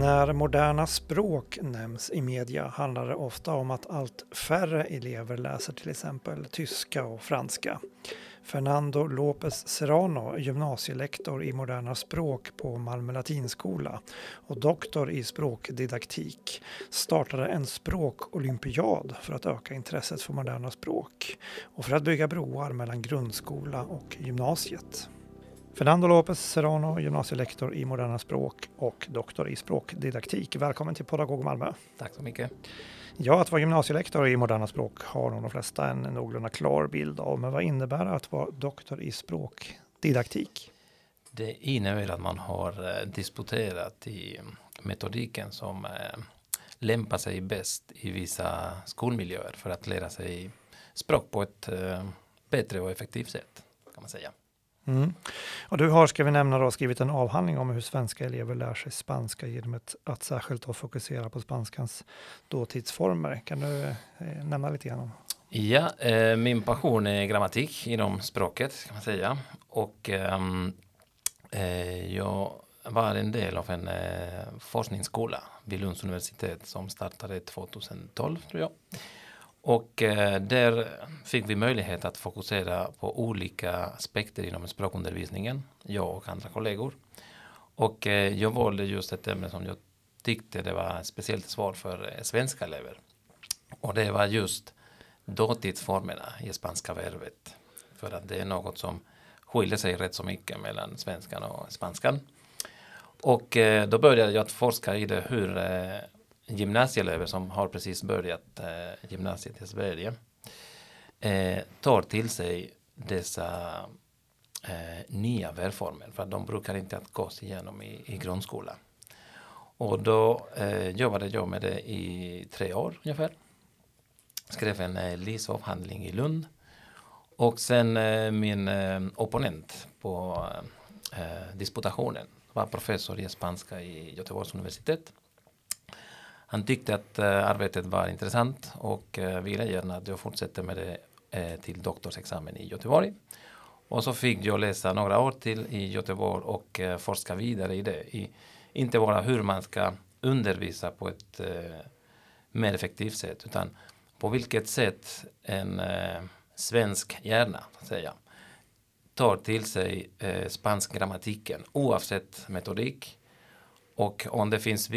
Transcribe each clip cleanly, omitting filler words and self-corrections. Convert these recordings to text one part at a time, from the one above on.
När moderna språk nämns i media handlar det ofta om att allt färre elever läser till exempel tyska och franska. Fernando López Serrano, gymnasielektor i moderna språk på Malmö latinskola och doktor i språkdidaktik, startade en språkolympiad för att öka intresset för moderna språk och för att bygga broar mellan grundskola och gymnasiet. Fernando López Serrano, gymnasielektor i moderna språk och doktor i språkdidaktik. Välkommen till Pedagog Malmö. Tack så mycket. Ja, att vara gymnasielektor i moderna språk har nog de flesta en någorlunda klar bild av. Men vad innebär det att vara doktor i språkdidaktik? Det innebär att man har disputerat i metodiken som lämpar sig bäst i vissa skolmiljöer för att lära sig språk på ett bättre och effektivt sätt, kan man säga. Mm. Och du har, ska vi nämna då, skrivit en avhandling om hur svenska elever lär sig spanska genom att särskilt då fokusera på spanskans dåtidsformer. Kan du nämna lite grann om? Ja, min passion är grammatik inom språket, kan man säga. Och jag var en del av en forskningsskola vid Lunds universitet som startade 2012, tror jag. Och där fick vi möjlighet att fokusera på olika aspekter inom språkundervisningen, jag och andra kollegor. Och jag valde just ett ämne som jag tyckte det var speciellt svårt för svenska elever. Och det var just dåtidsformerna i spanska verbet. För att det är något som skiljer sig rätt så mycket mellan svenskan och spanskan. Och då började jag att forska i det hur gymnasieelever som har precis börjat gymnasiet i Sverige tar till sig dessa nya verbformer. För de brukar inte att gås igenom i grundskolan. Och då jobbade jag med det i 3 år ungefär. Skrev en LIS-avhandling i Lund. Och sen min opponent på disputationen var professor i spanska i Göteborgs universitet. Han tyckte att arbetet var intressant och ville gärna att jag fortsätter med det till doktorsexamen i Göteborg. Och så fick jag läsa några år till i Göteborg och forska vidare i det. Inte bara hur man ska undervisa på ett mer effektivt sätt, utan på vilket sätt en svensk hjärna, så att säga, tar till sig spansk grammatiken oavsett metodik. Och om det finns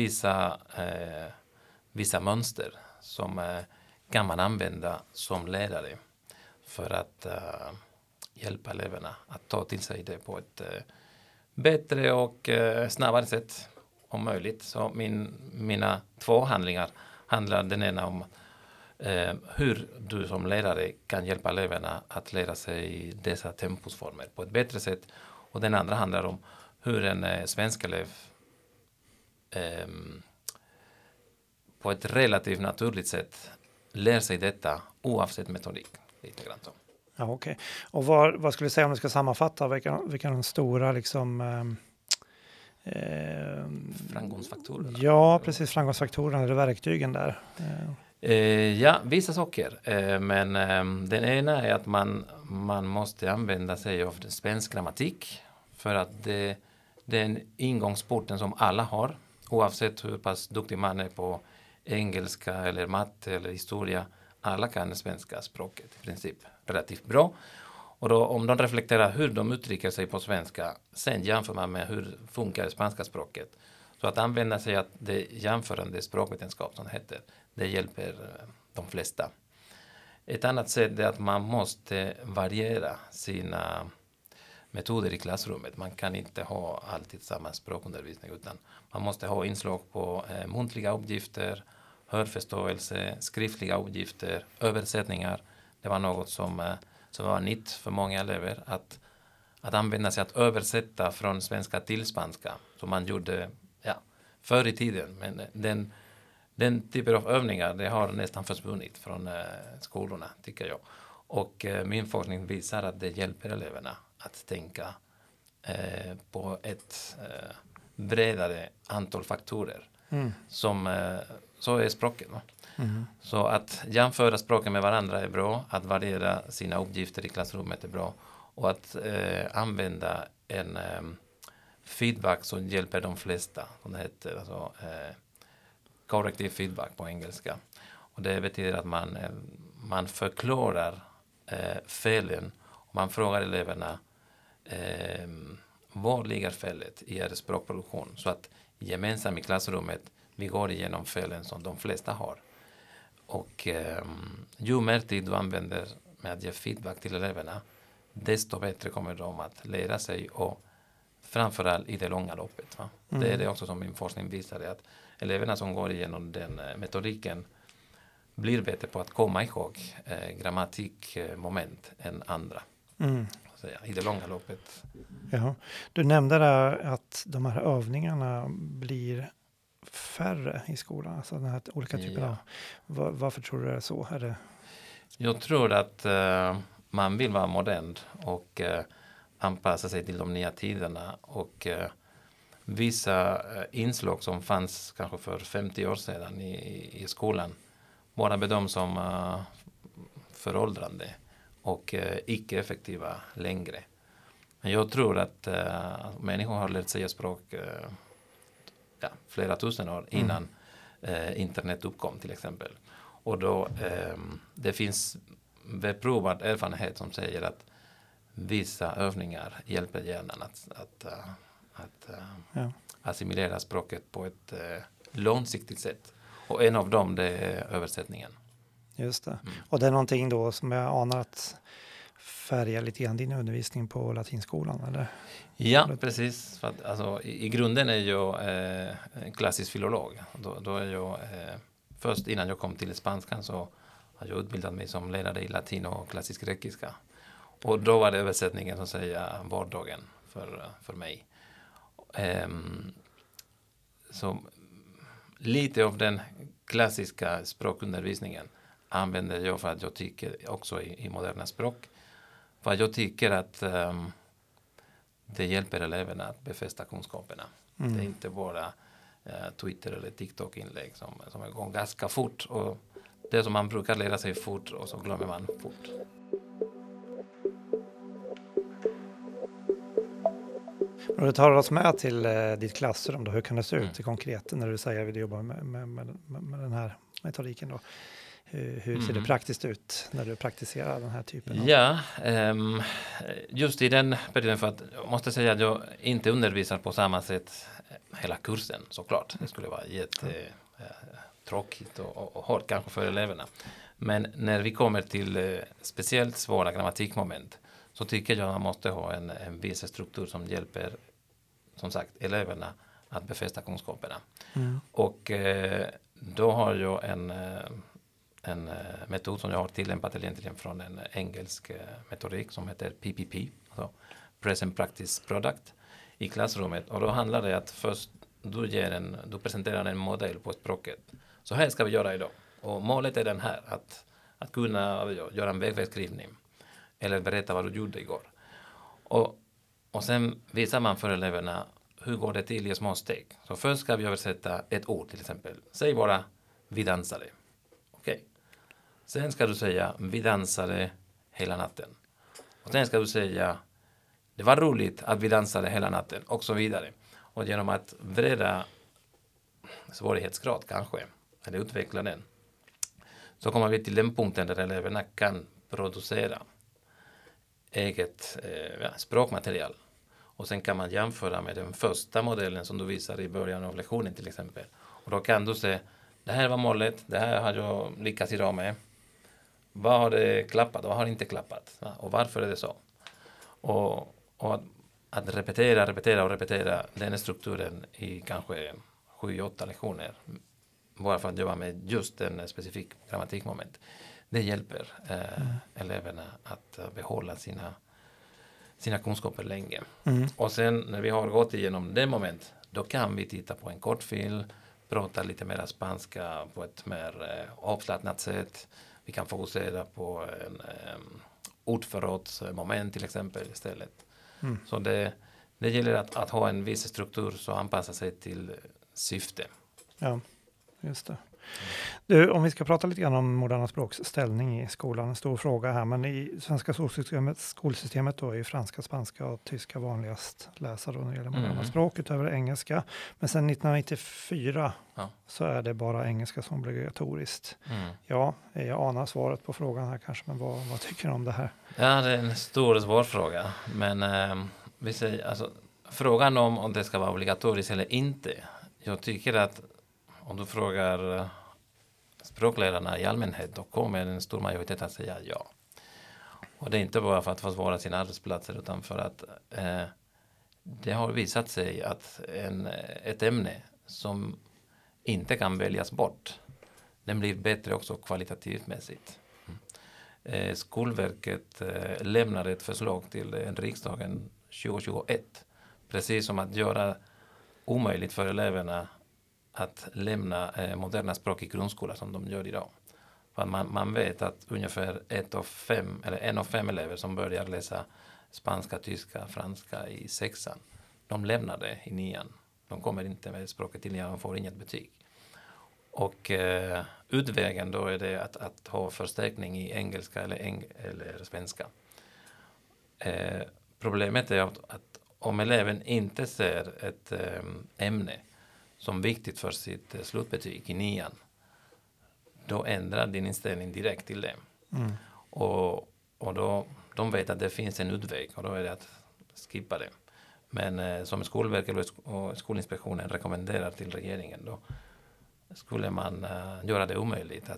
vissa mönster som kan man använda som lärare för att hjälpa eleverna att ta till sig det på ett bättre och snabbare sätt om möjligt. Så mina 2 handlingar handlar den ena om hur du som lärare kan hjälpa eleverna att lära sig dessa tempusformer på ett bättre sätt. Och den andra handlar om hur en svensk elev på ett relativt naturligt sätt lär sig detta oavsett metodik. Lite grann så. Ja, okej. Och vad skulle du säga om du ska sammanfatta vilka de stora liksom framgångsfaktorerna? Ja, precis, framgångsfaktorerna eller verktygen där. Ja, vissa saker. Men den ena är att man måste använda sig av svensk grammatik för att det är en ingångsporten som alla har. Oavsett hur pass duktig man är på engelska eller matte eller historia. Alla kan svenska språket i princip relativt bra. Och då, om de reflekterar hur de uttrycker sig på svenska, sen jämför man med hur funkar det spanska språket. Så att använda sig av det jämförande språkvetenskap som det heter, det hjälper de flesta. Ett annat sätt är att man måste variera sina metoder i klassrummet. Man kan inte ha alltid samma språkundervisning, utan man måste ha inslag på muntliga uppgifter, hörförståelse, skriftliga uppgifter, översättningar. Det var något som var nytt för många elever att använda sig att översätta från svenska till spanska som man gjorde förr i tiden. Men den typen av övningar det har nästan försvunnit från skolorna, tycker jag. Och min forskning visar att det hjälper eleverna att tänka på ett bredare antal faktorer. Så är språket. Så att jämföra språken med varandra är bra. Att variera sina uppgifter i klassrummet är bra. Och att använda en feedback så hjälper de flesta. Som det heter, alltså, corrective feedback på engelska. Och det betyder att man förklarar felen. Och man frågar eleverna var ligger felet i er språkproduktion. Så att gemensamt i klassrummet vi går igenom felen som de flesta har. Och ju mer tid du använder med att ge feedback till eleverna, desto bättre kommer de att lära sig och framförallt i det långa loppet. Va? Det är det också som min forskning visar, att eleverna som går igenom den metodiken blir bättre på att komma ihåg grammatikmoment än andra. I det långa loppet. Ja. Du nämnde där att de här övningarna blir färre i skolan. Alltså den här olika typer av... Varför tror du det är så? Jag tror att man vill vara modern och anpassa sig till de nya tiderna. Och vissa inslag som fanns kanske för 50 år sedan i skolan bara bedöms som föråldrande och icke-effektiva längre. Men jag tror att människor har lärt sig språk flera tusen år innan internet uppkom till exempel. Och då det finns beprovad erfarenhet som säger att vissa övningar hjälper hjärnan att assimilera språket på ett långsiktigt sätt. Och en av dem det är översättningen. Just det. Och det är någonting då som jag anar att färga lite grann din undervisning på latinskolan, eller? Ja, precis. För att, alltså, i grunden är jag en klassisk filolog. Då är jag först innan jag kom till spanskan så har jag utbildat mig som lärare i latin och klassisk grekiska. Och då var det översättningen som säger vardagen för mig. Så lite av den klassiska språkundervisningen använder jag för att jag tycker också i moderna språk. För jag tycker att det hjälper eleverna att befästa kunskaperna. Det är inte bara Twitter eller TikTok-inlägg som går ganska fort. Och det som man brukar lära sig fort och så glömmer man fort. Och du tar oss med till ditt klassrum då. Hur kan det se ut konkret när du säger att vi jobbar med den här metodiken då? Hur ser det praktiskt ut när du praktiserar den här typen av... Ja, just i den perioden, för att jag måste säga att jag inte undervisar på samma sätt hela kursen såklart. Det skulle vara tråkigt och hårt kanske för eleverna. Men när vi kommer till speciellt svåra grammatikmoment så tycker jag att man måste ha en viss struktur som hjälper, som sagt, eleverna att befästa kunskaperna. Och då har jag en metod som jag har tillämpat egentligen från en engelsk metodik som heter PPP, alltså Present Practice Product, i klassrummet. Och då handlar det att först du presenterar en modell på språket. Så här ska vi göra idag. Och målet är den här, att kunna göra en vägvägskrivning eller berätta vad du gjorde igår. Och sen visar man för eleverna hur går det till i små steg. Så först ska vi översätta ett ord till exempel. Säg bara vi dansade. Okej. Sen ska du säga vi dansade hela natten. Och sen ska du säga det var roligt att vi dansade hela natten och så vidare. Och genom att vrida svårighetsgrad kanske, eller utveckla den, så kommer vi till den punkten där eleverna kan producera eget språkmaterial. Och sen kan man jämföra med den första modellen som du visar i början av lektionen till exempel. Och då kan du se, det här var målet, det här har jag lyckats idag med. Vad har det klappat och vad har inte klappat? Och varför är det så? Och att repetera den strukturen i kanske 7-8 lektioner. Bara för att jobba med just en specifik grammatikmoment. Det hjälper eleverna att behålla sina kunskaper länge. Och sen när vi har gått igenom det moment, då kan vi titta på en kortfilm, prata lite mer spanska på ett mer avslappnat sätt. Vi kan fokusera på en ordförrådsmoment till exempel istället. Så det gäller att ha en viss struktur som anpassar sig till syfte. Ja, just det. Du, om vi ska prata lite grann om moderna språks ställning i skolan, en stor fråga här, men i svenska skolsystemet då är franska, spanska och tyska vanligast läsa då när det gäller moderna språk utöver engelska. Men sedan 1994 så är det bara engelska som blir obligatoriskt. Ja, jag anar svaret på frågan här kanske, men vad tycker du om det här? Ja, det är en stor och svår fråga, men vi säger, alltså, frågan om det ska vara obligatoriskt eller inte. Jag tycker att om du frågar språklärarna i allmänhet, då kommer en stor majoritet att säga ja. Och det är inte bara för att försvara sina arbetsplatser, utan för att det har visat sig att ett ämne som inte kan väljas bort, den blir bättre också kvalitativt mässigt. Skolverket lämnade ett förslag till riksdagen 2021, precis som att göra omöjligt för eleverna att lämna moderna språk i grundskolan som de gör idag. För man vet att ungefär 1 av 5 elever som börjar läsa spanska, tyska, franska i 6:an, de lämnar det i 9:an. De kommer inte med språket till 9:an, de får inget betyg. Och utvägen då är det att ha förstärkning i engelska eller svenska. Problemet är att om eleven inte ser ett ämne som viktigt för sitt slutbetyg i 9:an, då ändrar din inställning direkt till det. Och då de vet att det finns en utväg, och då är det att skippa det. Men som Skolverket och Skolinspektionen rekommenderar till regeringen, då skulle man göra det omöjligt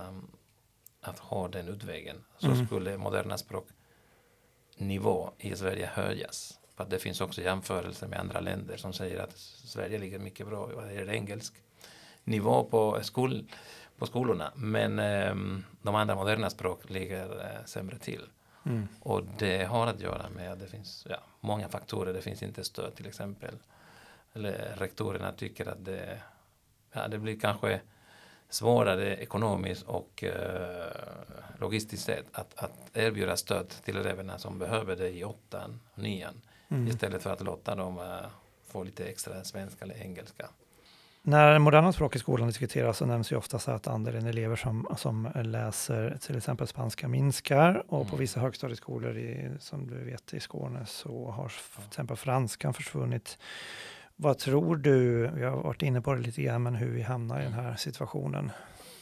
att ha den utvägen. Så skulle moderna språknivå i Sverige höjas. För att det finns också jämförelser med andra länder som säger att Sverige ligger mycket bra vad det är engelsk nivå på skolorna. Men de andra moderna språk ligger sämre till. Och det har att göra med att det finns många faktorer. Det finns inte stöd till exempel. Eller rektorerna tycker att det blir kanske svårare ekonomiskt och logistiskt sett att erbjuda stöd till eleverna som behöver det i 8:an och 9:an. Istället för att låta dem få lite extra svenska eller engelska. När moderna språk i skolan diskuteras så nämns ju ofta så att andelen elever som läser till exempel spanska minskar. Och på vissa högstadieskolor som du vet i Skåne så har till exempel franskan försvunnit. Vad tror du, vi har varit inne på det lite grann, men hur vi hamnar i den här situationen?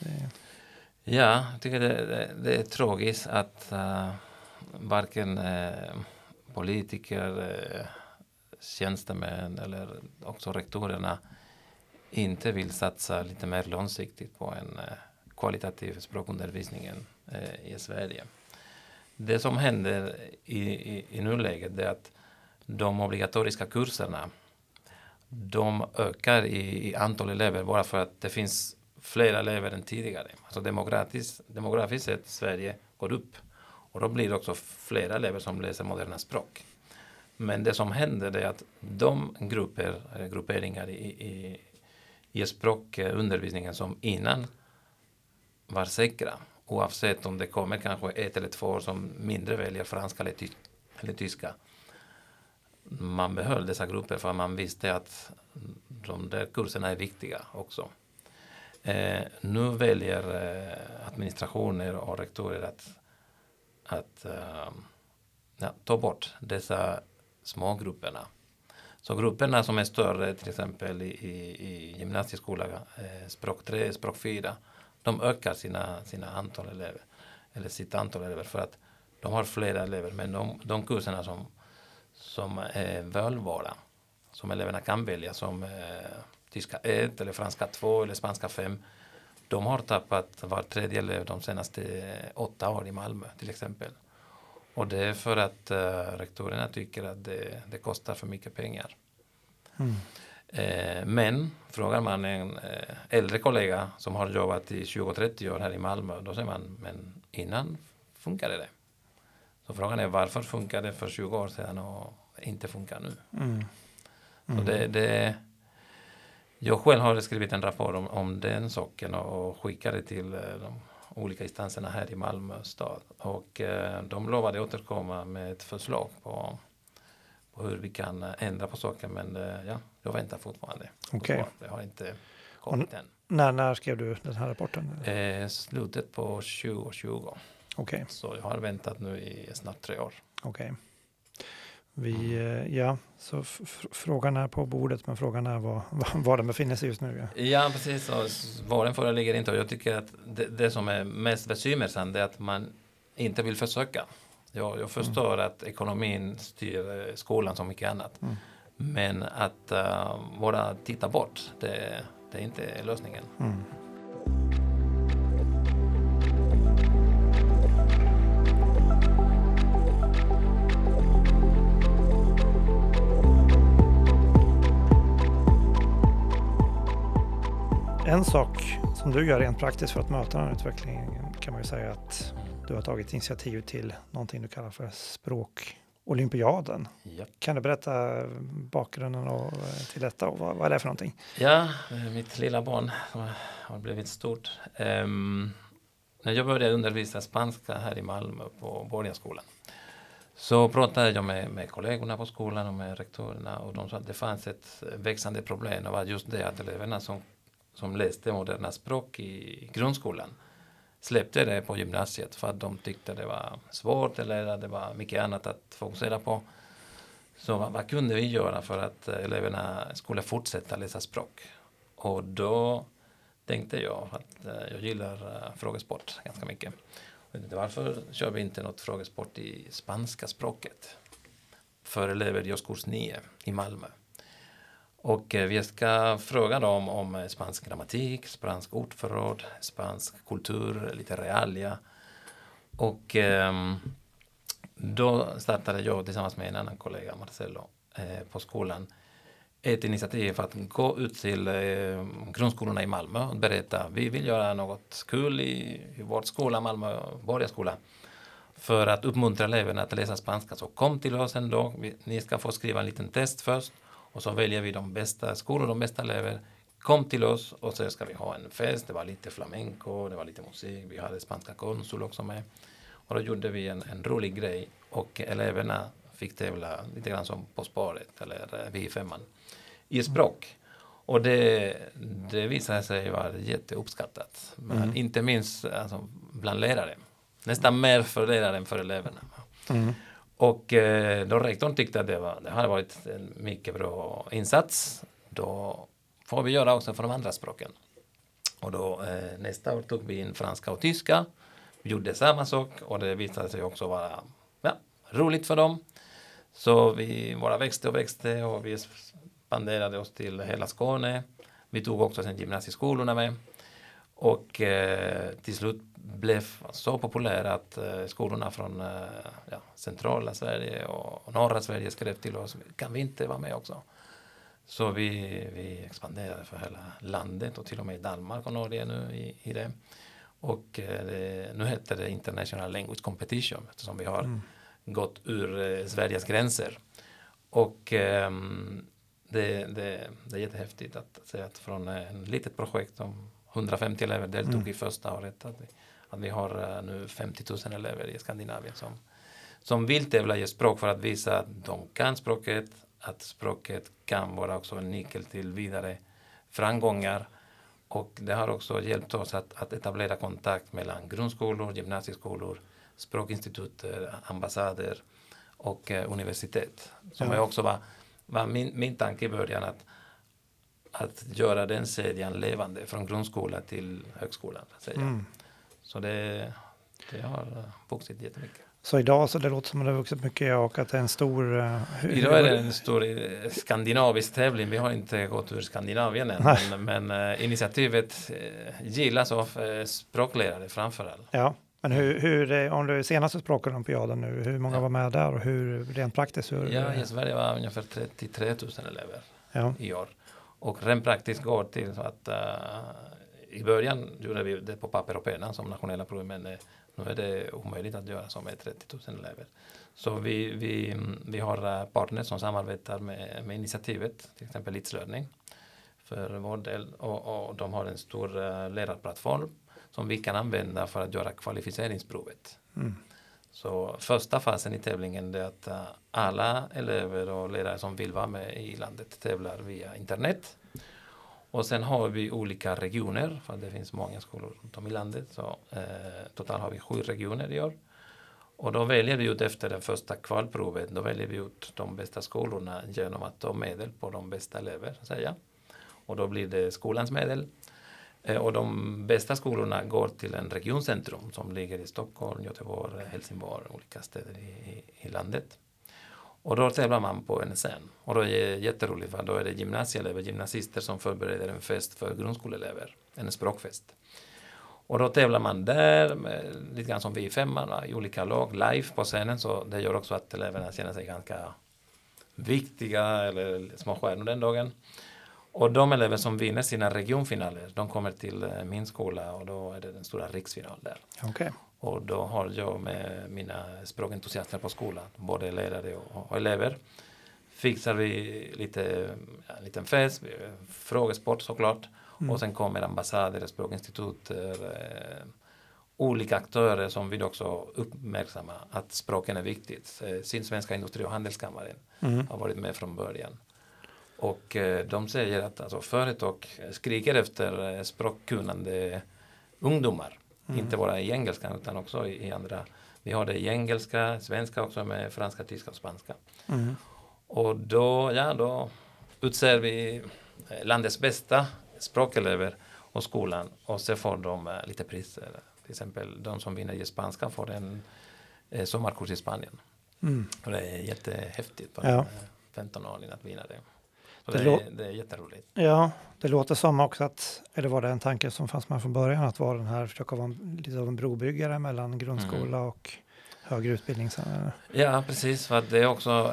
Ja, jag tycker det är tragiskt att varken politiker, tjänstemän eller också rektorerna inte vill satsa lite mer långsiktigt på en kvalitativ språkundervisning i Sverige. Det som händer i nuläget är att de obligatoriska kurserna, de ökar i antal elever bara för att det finns fler elever än tidigare. Alltså demografiskt sett Sverige går upp, och då blir det också fler elever som läser moderna språk. Men det som händer är att de grupperingar i språkundervisningen som innan var säkra, oavsett om det kommer kanske 1 eller 2 år som mindre väljer franska eller tyska. Man behöll dessa grupper för man visste att de där kurserna är viktiga också. Nu väljer administrationer och rektorer att ta bort dessa små grupperna. Så grupperna som är större, till exempel i gymnasieskolan, språk 3, språk 4, de ökar sina antal elever, eller sitt antal elever, för att de har flera elever. Men de kurserna som är välvalda, som eleverna kan välja, som tyska 1 eller franska 2 eller spanska 5, de har tappat var tredje elev de senaste 8 år i Malmö till exempel. Och det är för att rektorerna tycker att det kostar för mycket pengar. Men frågar man en äldre kollega som har jobbat i 20-30 år här i Malmö, då säger man, men innan funkade det. Så frågan är, varför funkar det för 20 år sedan och inte funkar nu? Så jag själv har skrivit en rapport om den saken och skickade till de olika instanserna här i Malmö stad. Och de lovade återkomma med ett förslag på hur vi kan ändra på saker. Men jag väntar fortfarande. Okay. Det har inte kommit än. När skrev du den här rapporten? Slutet på 2020. Okej. Så jag har väntat nu i snart 3 år. Okej. Så frågan är på bordet, men frågan är var den befinner sig just nu. Ja, Ja precis. Och svaren föreligger inte. Och jag tycker att det som är mest bekymmersamt är att man inte vill försöka. Jag förstår att ekonomin styr skolan som mycket annat. Men att bara titta bort, det är inte lösningen. En sak som du gör rent praktiskt för att möta den här utvecklingen kan man ju säga att du har tagit initiativ till någonting du kallar för språkolympiaden. Ja. Kan du berätta bakgrunden till detta och vad är det för någonting? Ja, mitt lilla barn har blivit stort. När jag började undervisa spanska här i Malmö på Borgaskolan så pratade jag med kollegorna på skolan och med rektorerna och de sa att det fanns ett växande problem och var just det att eleverna som läste moderna språk i grundskolan släppte det på gymnasiet för att de tyckte det var svårt eller att det var mycket annat att fokusera på. Så vad kunde vi göra för att eleverna skulle fortsätta läsa språk? Och då tänkte jag att jag gillar frågesport ganska mycket. Varför kör vi inte något frågesport i spanska språket för elever i årskurs 9 i Malmö? Och vi ska fråga dem om spansk grammatik, spansk ordförråd, spansk kultur, lite realia. Och då startade jag tillsammans med en annan kollega, Marcelo, på skolan ett initiativ för att gå ut till grundskolorna i Malmö och berätta vi vill göra något kul i vår skola, Malmö Borgaskola, för att uppmuntra eleverna att läsa spanska. Så kom till oss en dag, ni ska få skriva en liten test först och så väljer vi de bästa skolor, de bästa elever. Kom till oss och så ska vi ha en fest, det var lite flamenco, det var lite musik, vi hade spanska konsul också med. Och då gjorde vi en rolig grej och eleverna fick tävla lite grann som På spåret eller vi i femman i språk. Och det visade sig vara jätteuppskattat. Men inte minst alltså, bland lärare. Nästan mer för lärare än för eleverna. Och då rektorn tyckte att det hade varit en mycket bra insats. Då får vi göra också för de andra språken. Och då nästa år tog vi in franska och tyska. Vi gjorde samma sak och det visade sig också vara roligt för dem. Så vi bara växte och vi expanderade oss till hela Skåne. Vi tog också sen gymnasieskolorna med. Och till slut blev så populära att skolorna från centrala Sverige och norra Sverige skrev till oss, kan vi inte vara med också? Så vi expanderade för hela landet och till och med Danmark och Norge nu i det. Och nu heter det International Language Competition eftersom vi har gått ur Sveriges gränser. Och det är jättehäftigt att se att från en litet projekt som 150 elever deltog i första året att vi har nu 50 000 elever i Skandinavien som vill tävla i språk för att visa att de kan språket, att språket kan vara också en nyckel till vidare framgångar. Och det har också hjälpt oss att etablera kontakt mellan grundskolor, gymnasieskolor, språkinstituter, ambassader och universitet. Som också var min tanke i början att göra den serien levande från grundskola till högskolan. Så det har vuxit jättemycket. Så idag så det låter som att det har vuxit mycket och att det är en stor... Idag är det en stor skandinavisk tävling. Vi har inte gått ur Skandinavien än. Men initiativet gillas av språklärare framförallt. Ja, men hur om du senaste språkolympiaden nu, hur många var med där och hur rent praktiskt? I Sverige var ungefär 33 000 elever i år. Och rent praktiskt går till så att i början gjorde vi det på papper och penna som nationella prov, men nu är det omöjligt att göra som med 30 000 elever. Så vi har partners som samarbetar med initiativet, till exempel Lidslärning för vår del. Och de har en stor lärarplattform som vi kan använda för att göra kvalificeringsprovet. Så första fasen i tävlingen är att alla elever och lärare som vill vara med i landet tävlar via internet. Och sen har vi olika regioner, för det finns många skolor runt om i landet. Så totalt har vi 7 regioner i år. Och då väljer vi ut efter det första kvalprovet, då väljer vi ut de bästa skolorna genom att ta medel på de bästa elever, så att säga. Och då blir det skolans medel. Och de bästa skolorna går till en regioncentrum som ligger i Stockholm, Göteborg, Helsingborg, olika städer i landet. Och då tävlar man på en scen. Och då är det jätteroligt, för då är det gymnasieelever, gymnasister som förbereder en fest för grundskoleelever, en språkfest. Och då tävlar man där, lite grann som vi i 5:an, i olika lag, live på scenen. Så det gör också att eleverna känner sig ganska viktiga eller små stjärnor den dagen. Och de elever som vinner sina regionfinaler, de kommer till min skola och då är det den stora riksfinal där. Okay. Och då har jag med mina språkentusiaster på skolan, både lärare och elever, fixar vi en liten fest, frågesport såklart. Och sen kommer ambassader, språkinstituter, olika aktörer som vill också uppmärksamma att språken är viktigt. Sydsvenska industri- och handelskammaren har varit med från början. Och de säger att alltså, företag skriker efter språkkunnande ungdomar. Inte bara i engelska utan också i andra. Vi har det i engelska, svenska också med franska, tyska och spanska. Och då utser vi landets bästa språkelever och skolan. Och så får de lite priser. Till exempel de som vinner i spanska får en sommarkurs i Spanien. Och det är jättehäftigt för 15-åringen att vinna det. Så det är jätteroligt. Ja, det låter som också att, eller var det en tanke som fanns med från början, att vara den här, försöka vara lite av en brobyggare mellan grundskola och högre utbildning? Ja, precis. För att det är också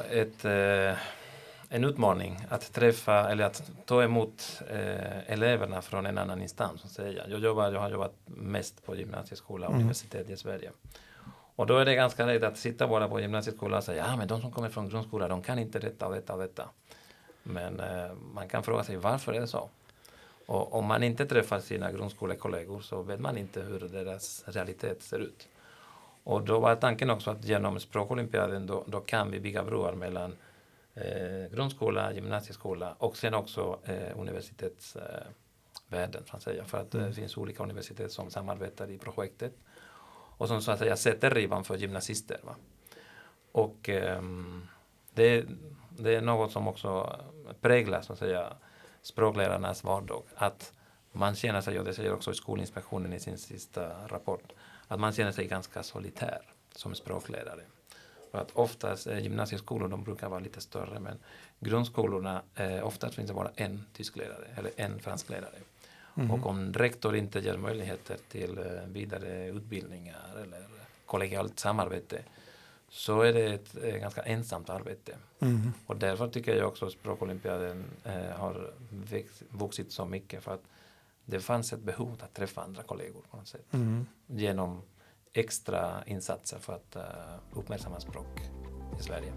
en utmaning att träffa eller att ta emot eleverna från en annan instans. Så säga. Jag har jobbat mest på gymnasieskola och universitet i Sverige. Och då är det ganska lätt att sitta bara på gymnasieskolan och säga men de som kommer från grundskola, de kan inte detta och detta och detta. Men man kan fråga sig varför är det så? Och om man inte träffar sina grundskolekollegor så vet man inte hur deras realitet ser ut. Och då var tanken också att genom språkolympiaden då kan vi bygga broar mellan grundskola, gymnasieskola och sen också universitetsvärlden. För att det finns olika universitet som samarbetar i projektet. Och som så att säga sätter ribban för gymnasister. Va? Och det är något som också präglar så att säga språklärarnas vardag. Att man känner sig, och det säger också Skolinspektionen i sin sista rapport, att man känner sig ganska solitär som språklärare. För att oftast gymnasieskolor, de brukar vara lite större, men grundskolorna oftast finns det bara en tysklärare eller en fransklärare. Och om rektor inte ger möjligheter till vidare utbildningar eller kollegialt samarbete så är det ett ganska ensamt arbete. Och därför tycker jag också att språkolympiaden har vuxit så mycket, för att det fanns ett behov att träffa andra kollegor på något sätt. Genom extra insatser för att uppmärksamma språk i Sverige.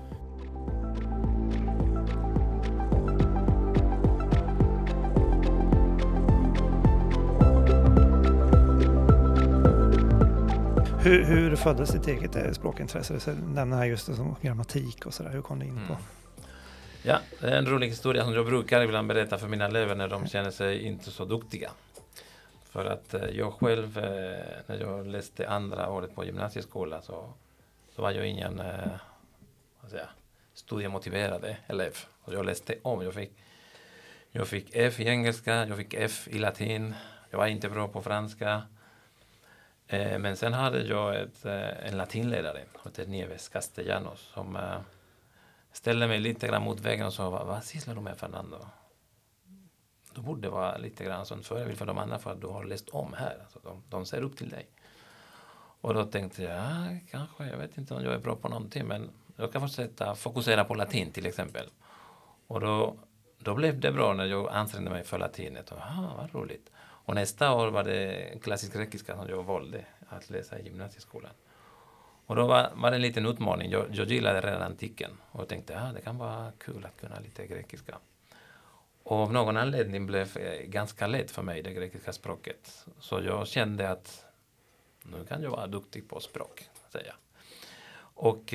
Hur föddes ditt eget språkintresse? Du nämner här just det som grammatik och sådär. Hur kom du in på? Ja, det är en rolig historia som jag brukar ibland berätta för mina elever när de känner sig inte så duktiga. För att jag själv, när jag läste andra året på gymnasieskola så var jag ingen studiemotiverad elev. Och jag läste om. Jag fick F i engelska, jag fick F i latin. Jag var inte bra på franska. Men sen hade jag en latinlärare, som heter Nieves Castellanos, som ställde mig lite grann mot väggen och sa, vad sysslar du med, Fernando? Du borde vara lite grann som förebild för de andra, för att du har läst om här. Alltså, de ser upp till dig. Och då tänkte jag, kanske, jag vet inte om jag är bra på någonting, men jag kan fokusera på latin till exempel. Och då blev det bra när jag ansträngde mig för latinet. Och, vad roligt. Och nästa år var det klassisk grekiska som jag valde att läsa i gymnasieskolan. Och då var det en liten utmaning. Jag gillade redan antiken och tänkte det kan vara kul att kunna lite grekiska. Och av någon anledning blev det ganska lätt för mig, det grekiska språket. Så jag kände att nu kan jag vara duktig på språk, säga. Och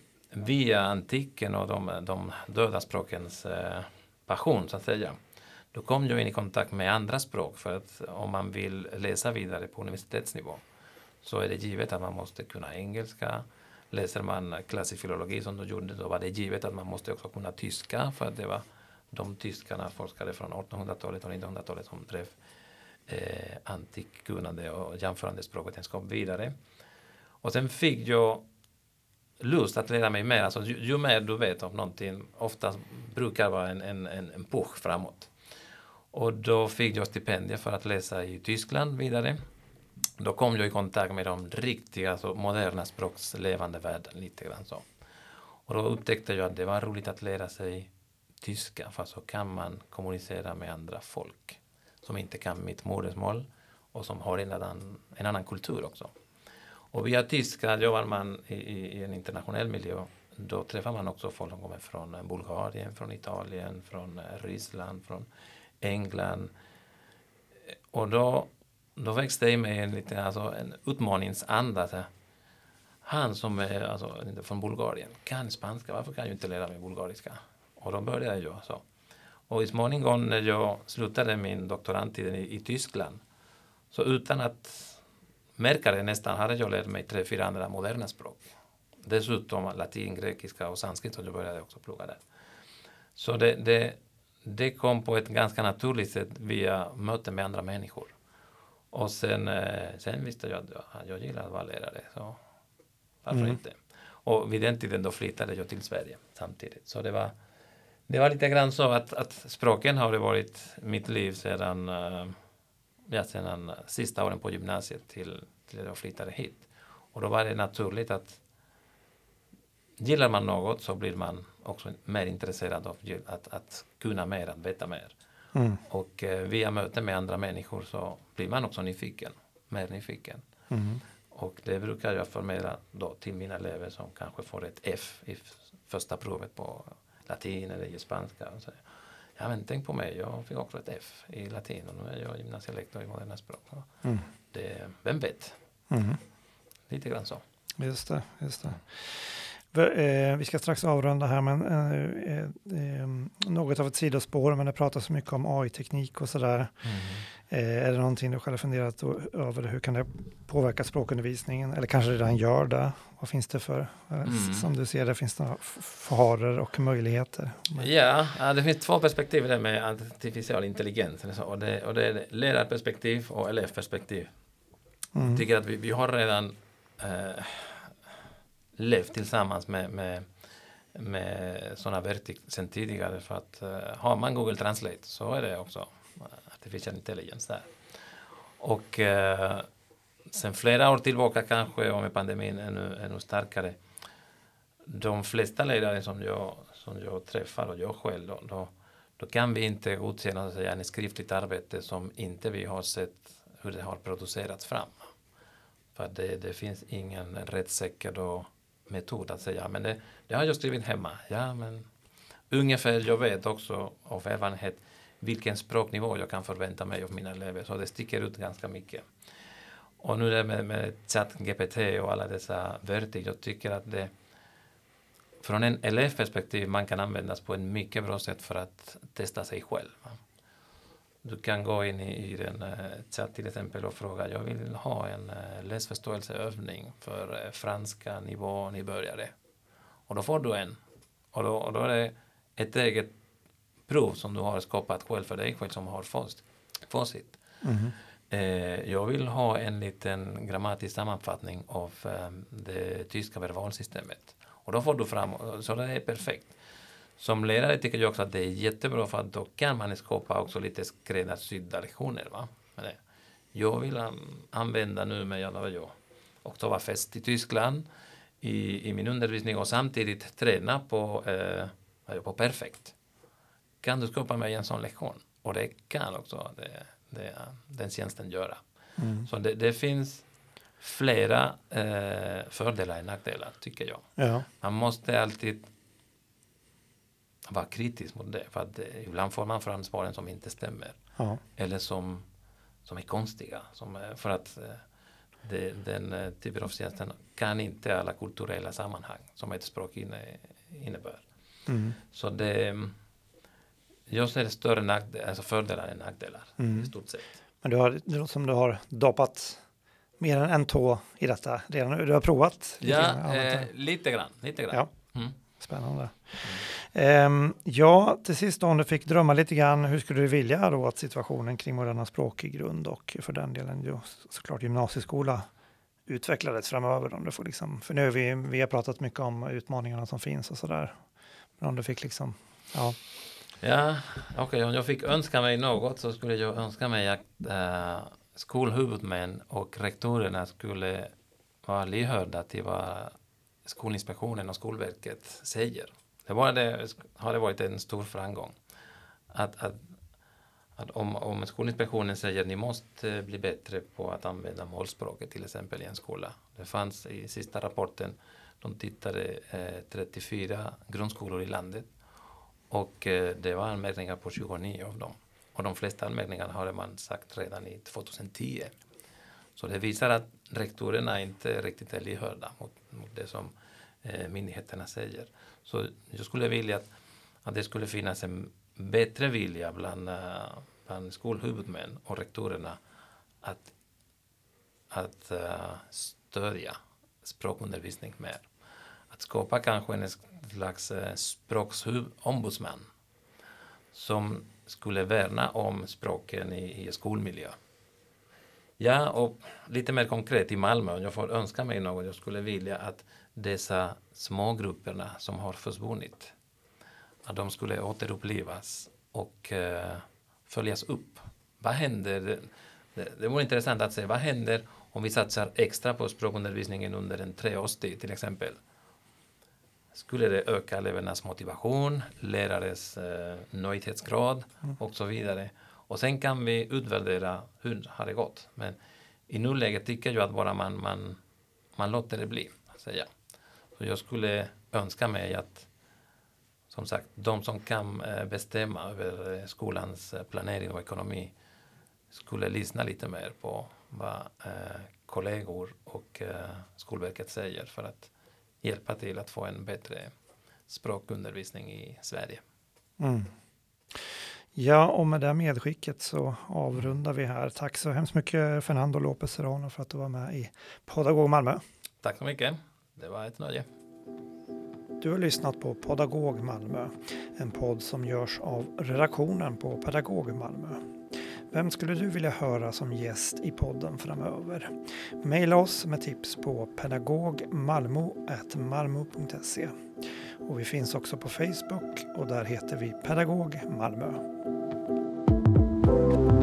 via antiken och de döda språkens passion, så att säga, då kom jag in i kontakt med andra språk, för att om man vill läsa vidare på universitetsnivå så är det givet att man måste kunna engelska. Läser man klassisk filologi som de gjorde, då var det givet att man måste också kunna tyska, för att det var de tyskarna, forskare från 1800-talet och 1900-talet som drev antikkunnande och jämförande språkvetenskap vidare. Och sen fick jag lust att lära mig mer. Alltså, ju mer du vet om någonting, oftast brukar vara en push framåt. Och då fick jag stipendier för att läsa i Tyskland vidare. Då kom jag i kontakt med de riktiga, alltså moderna språks levande världen lite grann så. Och då upptäckte jag att det var roligt att lära sig tyska, för så kan man kommunicera med andra folk som inte kan mitt modersmål och som har en annan kultur också. Och via tyska jobbar man i en internationell miljö. Då träffar man också folk som kommer från Bulgarien, från Italien, från Ryssland, från England. Och då växte det i mig en utmaningsanda. Så han som är alltså, från Bulgarien kan spanska, varför kan jag inte lära mig bulgariska? Och då började jag så. Och i småningom när jag slutade min doktorandtid i Tyskland, så utan att märka det nästan hade jag lärt mig 3-4 andra moderna språk. Dessutom latin, grekiska och sanskrit, och jag började också plugga där. Så det kom på ett ganska naturligt sätt via möten med andra människor. Och sen visste jag att jag gillar att vara lärare, så varför inte? Och vid den tiden då flyttade jag till Sverige samtidigt. Så det var lite grann så att språken har varit mitt liv sedan sista åren på gymnasiet till jag flyttade hit. Och då var det naturligt att gillar man något så blir man också mer intresserad av att kunna mer, att veta mer. Och via möten med andra människor så blir man också mer nyfiken. Och det brukar jag förmedla då till mina elever som kanske får ett F i första provet på latin eller i spanska. Och så, ja, men tänk på mig, jag fick också ett F i latin och nu är jag gymnasielektor i moderna språk. Vem vet? Lite grann så. Just det. Vi ska strax avrunda här, men något av ett sidospår, men det pratas så mycket om AI-teknik och sådär. Är det någonting du själv funderat över? Hur kan det påverka språkundervisningen? Eller kanske redan gör det? Vad finns det för, som du ser det, finns det faror och möjligheter? Ja, det finns 2 perspektiv där med artificiell intelligens. Och det är lärarperspektiv och elevperspektiv. Jag tycker att vi har redan levt tillsammans med sådana verktyg sedan tidigare, för att har man Google Translate så är det också artificiell intelligens där. Och sen flera år tillbaka kanske, och med pandemin ännu starkare, de flesta lärare som jag träffar och jag själv, då kan vi inte godkänna så en skriftligt arbete som inte vi har sett hur det har producerats fram. För det finns ingen rättssäker metod att säga, men det har jag skrivit hemma. Ja, men ungefär jag vet också av erfarenhet vilken språknivå jag kan förvänta mig av mina elever, så det sticker ut ganska mycket. Och nu det med ChatGPT och alla dessa verktyg, jag tycker att det från en elevperspektiv man kan användas på en mycket bra sätt för att testa sig själv. Du kan gå in i den chatt till exempel och fråga, jag vill ha en läsförståelseövning för franska nybörjare. Och då får du en. Och då är det ett eget prov som du har skapat själv för dig själv som har facit. Jag vill ha en liten grammatisk sammanfattning av det tyska verbalsystemet. Och då får du fram, så det är perfekt. Som lärare tycker jag också att det är jättebra, för att då kan man skapa också lite skräddarsydda lektioner. Va? Jag vill använda nu med Oktoberfest i Tyskland i min undervisning och samtidigt träna på perfekt. Kan du skapa mig en sån lektion? Och det kan också den tjänsten göra. Så det finns flera fördelar än nackdelar, tycker jag. Ja. Man måste alltid vara kritisk mot det, för att ibland får man fram svaren som inte stämmer. Ja. Eller som är konstiga. För att den typen av tjänsten kan inte alla kulturella sammanhang som ett språk innebär. Så Jag ser större fördelar än nackdelar i stort sett. Men det låter som du har dopat mer än en tå i detta redan. Du har provat? Lite grann. Ja. Spännande. Till sist om du fick drömma lite grann, hur skulle du vilja då att situationen kring moderna språk i grund och för den delen ju såklart gymnasieskola utvecklades framöver? Om du får liksom, för nu vi har pratat mycket om utmaningarna som finns och sådär. Men om du fick liksom, Ja, okej. Om jag fick önska mig något så skulle jag önska mig att skolhuvudmän och rektorerna skulle vara lyhörda till vad Skolinspektionen och Skolverket säger. Det har varit en stor framgång. Att om Skolinspektionen säger att ni måste bli bättre på att använda målspråket till exempel i en skola. Det fanns i sista rapporten, de tittade 34 grundskolor i landet och det var anmärkningar på 29 av dem. Och de flesta anmärkningarna hade man sagt redan i 2010. Så det visar att rektorerna inte riktigt är lyhörda mot det som myndigheterna säger. Så jag skulle vilja att det skulle finnas en bättre vilja bland skolhuvudmän och rektorerna att stödja språkundervisning mer. Att skapa kanske en slags språksombudsman som skulle värna om språken i skolmiljö. Ja, och lite mer konkret i Malmö, om jag får önska mig något, jag skulle vilja att dessa smågrupperna som har försvunnit, att de skulle återupplivas och följas upp. Vad händer? Det vore intressant att se, vad händer om vi satsar extra på språkundervisningen under en 3-årstid till exempel? Skulle det öka elevernas motivation, lärares nöjdhetsgrad och så vidare. Och sen kan vi utvärdera hur har det gått. Men i nuläget tycker jag att bara man låter det bli. Säga. Så jag skulle önska mig att, som sagt, de som kan bestämma över skolans planering och ekonomi skulle lyssna lite mer på vad kollegor och Skolverket säger för att hjälpa till att få en bättre språkundervisning i Sverige. Ja, och med det medskicket så avrundar vi här. Tack så hemskt mycket Fernando López Serrano för att du var med i Podagog Malmö. Tack så mycket. Det var ett nöje. Du har lyssnat på Podagog Malmö, en podd som görs av redaktionen på Pedagog Malmö. Vem skulle du vilja höra som gäst i podden framöver? Maila oss med tips på pedagogmalmo@malmo.se. Och vi finns också på Facebook och där heter vi Pedagog Malmö.